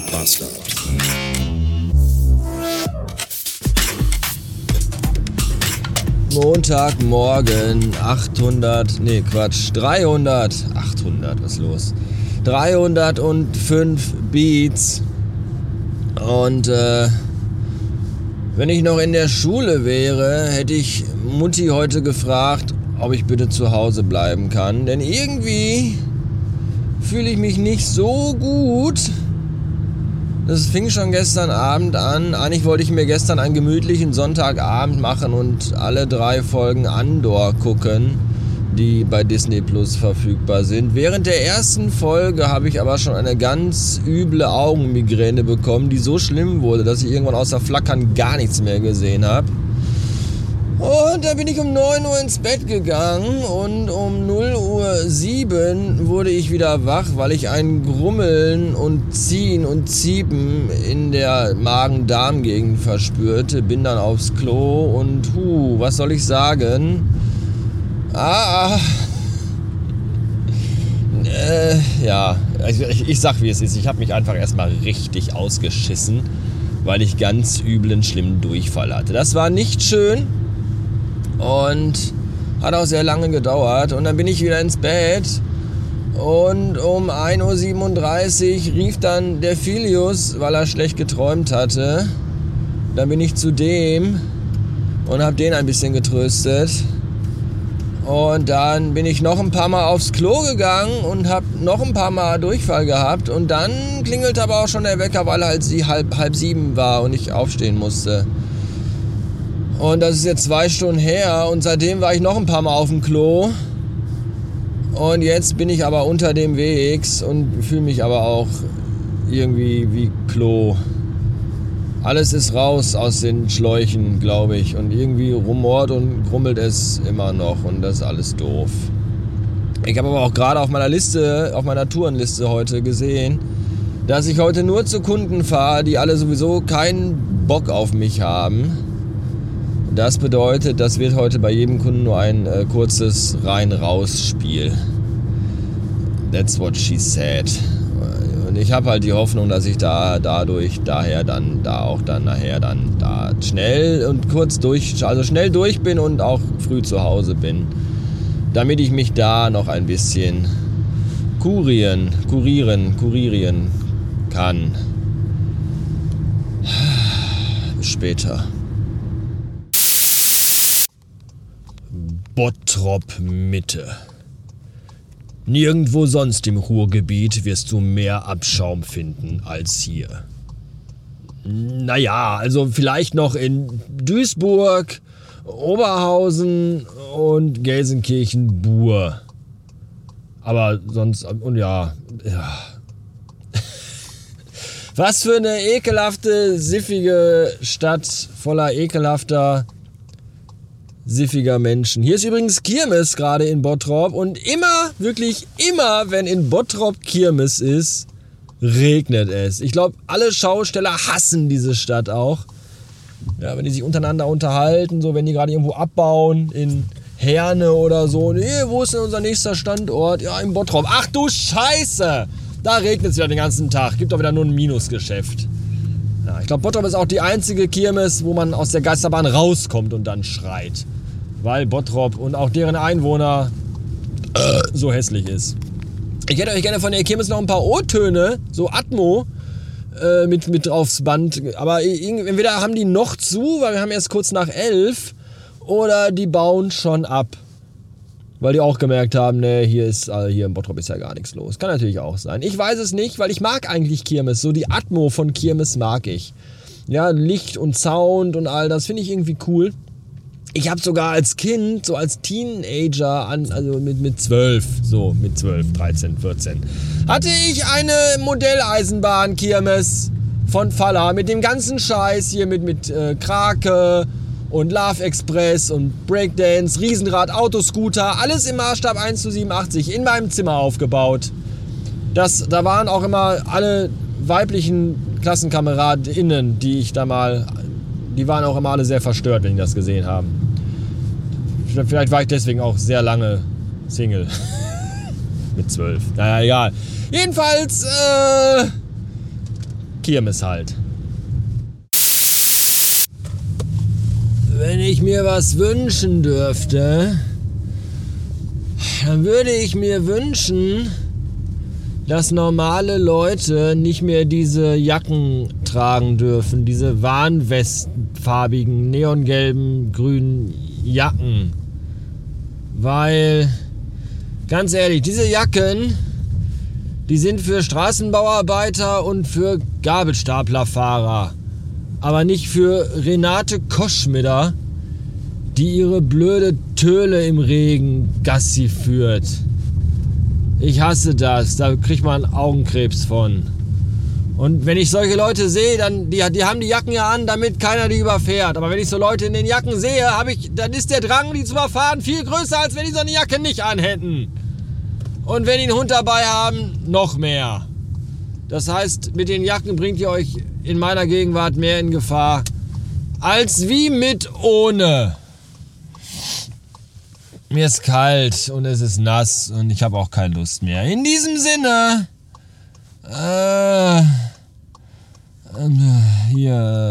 Master. Montagmorgen 305 Beats. Und wenn ich noch in der Schule wäre, hätte ich Mutti heute gefragt, ob ich bitte zu Hause bleiben kann. Denn irgendwie fühle ich mich nicht so gut. Das fing schon gestern Abend an. Eigentlich wollte ich mir gestern einen gemütlichen Sonntagabend machen und alle 3 Folgen Andor gucken, die bei Disney Plus verfügbar sind. Während der ersten Folge habe ich aber schon eine ganz üble Augenmigräne bekommen, die so schlimm wurde, dass ich irgendwann außer Flackern gar nichts mehr gesehen habe. Und da bin ich um 9 Uhr ins Bett gegangen und um 0:07 Uhr wurde ich wieder wach, weil ich ein Grummeln und Ziehen und Ziepen in der Magen-Darm-Gegend verspürte. Bin dann aufs Klo und was soll ich sagen? Ich sag wie es ist. Ich habe mich einfach erstmal richtig ausgeschissen, weil ich ganz üblen, schlimmen Durchfall hatte. Das war nicht schön. Und hat auch sehr lange gedauert. Und dann bin ich wieder ins Bett. Und um 1:37 Uhr rief dann der Filius, weil er schlecht geträumt hatte. Dann bin ich zu dem und habe den ein bisschen getröstet. Und dann bin ich noch ein paar Mal aufs Klo gegangen und habe noch ein paar Mal Durchfall gehabt. Und dann klingelte aber auch schon der Wecker, weil halt halb 7 war und ich aufstehen musste. Und das ist jetzt 2 Stunden her und seitdem war ich noch ein paar Mal auf dem Klo. Und jetzt bin ich aber unter dem Wegs und fühle mich aber auch irgendwie wie Klo. Alles ist raus aus den Schläuchen, glaube ich. Und irgendwie rumort und grummelt es immer noch und das ist alles doof. Ich habe aber auch gerade auf meiner Tourenliste heute gesehen, dass ich heute nur zu Kunden fahre, die alle sowieso keinen Bock auf mich haben. Das bedeutet, das wird heute bei jedem Kunden nur ein kurzes Rein-Raus-Spiel. That's what she said. Und ich habe halt die Hoffnung, dass ich daher dann schnell und schnell durch bin und auch früh zu Hause bin. Damit ich mich da noch ein bisschen kurieren kann. Bis später. Bottrop Mitte. Nirgendwo sonst im Ruhrgebiet wirst du mehr Abschaum finden als hier. Naja, also vielleicht noch in Duisburg, Oberhausen und Gelsenkirchen-Bur. Aber sonst, und ja. Was für eine ekelhafte, siffige Stadt voller ekelhafter, siffiger Menschen. Hier ist übrigens Kirmes gerade in Bottrop und wirklich immer, wenn in Bottrop Kirmes ist, regnet es. Ich glaube, alle Schausteller hassen diese Stadt auch. Ja, wenn die sich untereinander unterhalten, so wenn die gerade irgendwo abbauen in Herne oder so. Nee, wo ist denn unser nächster Standort? Ja, in Bottrop. Ach du Scheiße! Da regnet es wieder den ganzen Tag. Gibt doch wieder nur ein Minusgeschäft. Ja, ich glaube, Bottrop ist auch die einzige Kirmes, wo man aus der Geisterbahn rauskommt und dann schreit. Weil Bottrop und auch deren Einwohner so hässlich ist. Ich hätte euch gerne von der Kirmes noch ein paar O-Töne, so Atmo, mit aufs Band. Aber entweder haben die noch zu, weil wir haben erst kurz nach 11, oder die bauen schon ab. Weil die auch gemerkt haben, hier in Bottrop ist ja gar nichts los. Kann natürlich auch sein. Ich weiß es nicht, weil ich mag eigentlich Kirmes. So die Atmo von Kirmes mag ich. Ja, Licht und Sound und all das finde ich irgendwie cool. Ich habe sogar als Kind, so als Teenager, also mit 12, 13, 14, hatte ich eine Modelleisenbahn-Kirmes von Faller mit dem ganzen Scheiß hier mit Krake und Love Express und Breakdance, Riesenrad, Autoscooter, alles im Maßstab 1:87 in meinem Zimmer aufgebaut. Da waren auch immer alle weiblichen KlassenkameradInnen, die waren auch immer alle sehr verstört, wenn die das gesehen haben. Vielleicht war ich deswegen auch sehr lange Single. Mit 12. Naja, egal. Jedenfalls, Kirmes halt. Wenn ich mir was wünschen dürfte, dann würde ich mir wünschen, dass normale Leute nicht mehr diese Jacken tragen dürfen, diese warnwestfarbigen, neongelben, grünen Jacken. Weil, ganz ehrlich, diese Jacken, die sind für Straßenbauarbeiter und für Gabelstaplerfahrer. Aber nicht für Renate Koschmider, die ihre blöde Töle im Regen Gassi führt. Ich hasse das, da kriegt man Augenkrebs von. Und wenn ich solche Leute sehe, dann die haben die Jacken ja an, damit keiner die überfährt. Aber wenn ich so Leute in den Jacken sehe, dann ist der Drang, die zu überfahren, viel größer, als wenn die so eine Jacke nicht anhätten. Und wenn die einen Hund dabei haben, noch mehr. Das heißt, mit den Jacken bringt ihr euch in meiner Gegenwart mehr in Gefahr, als wie mit ohne. Mir ist kalt und es ist nass und ich habe auch keine Lust mehr. In diesem Sinne, hier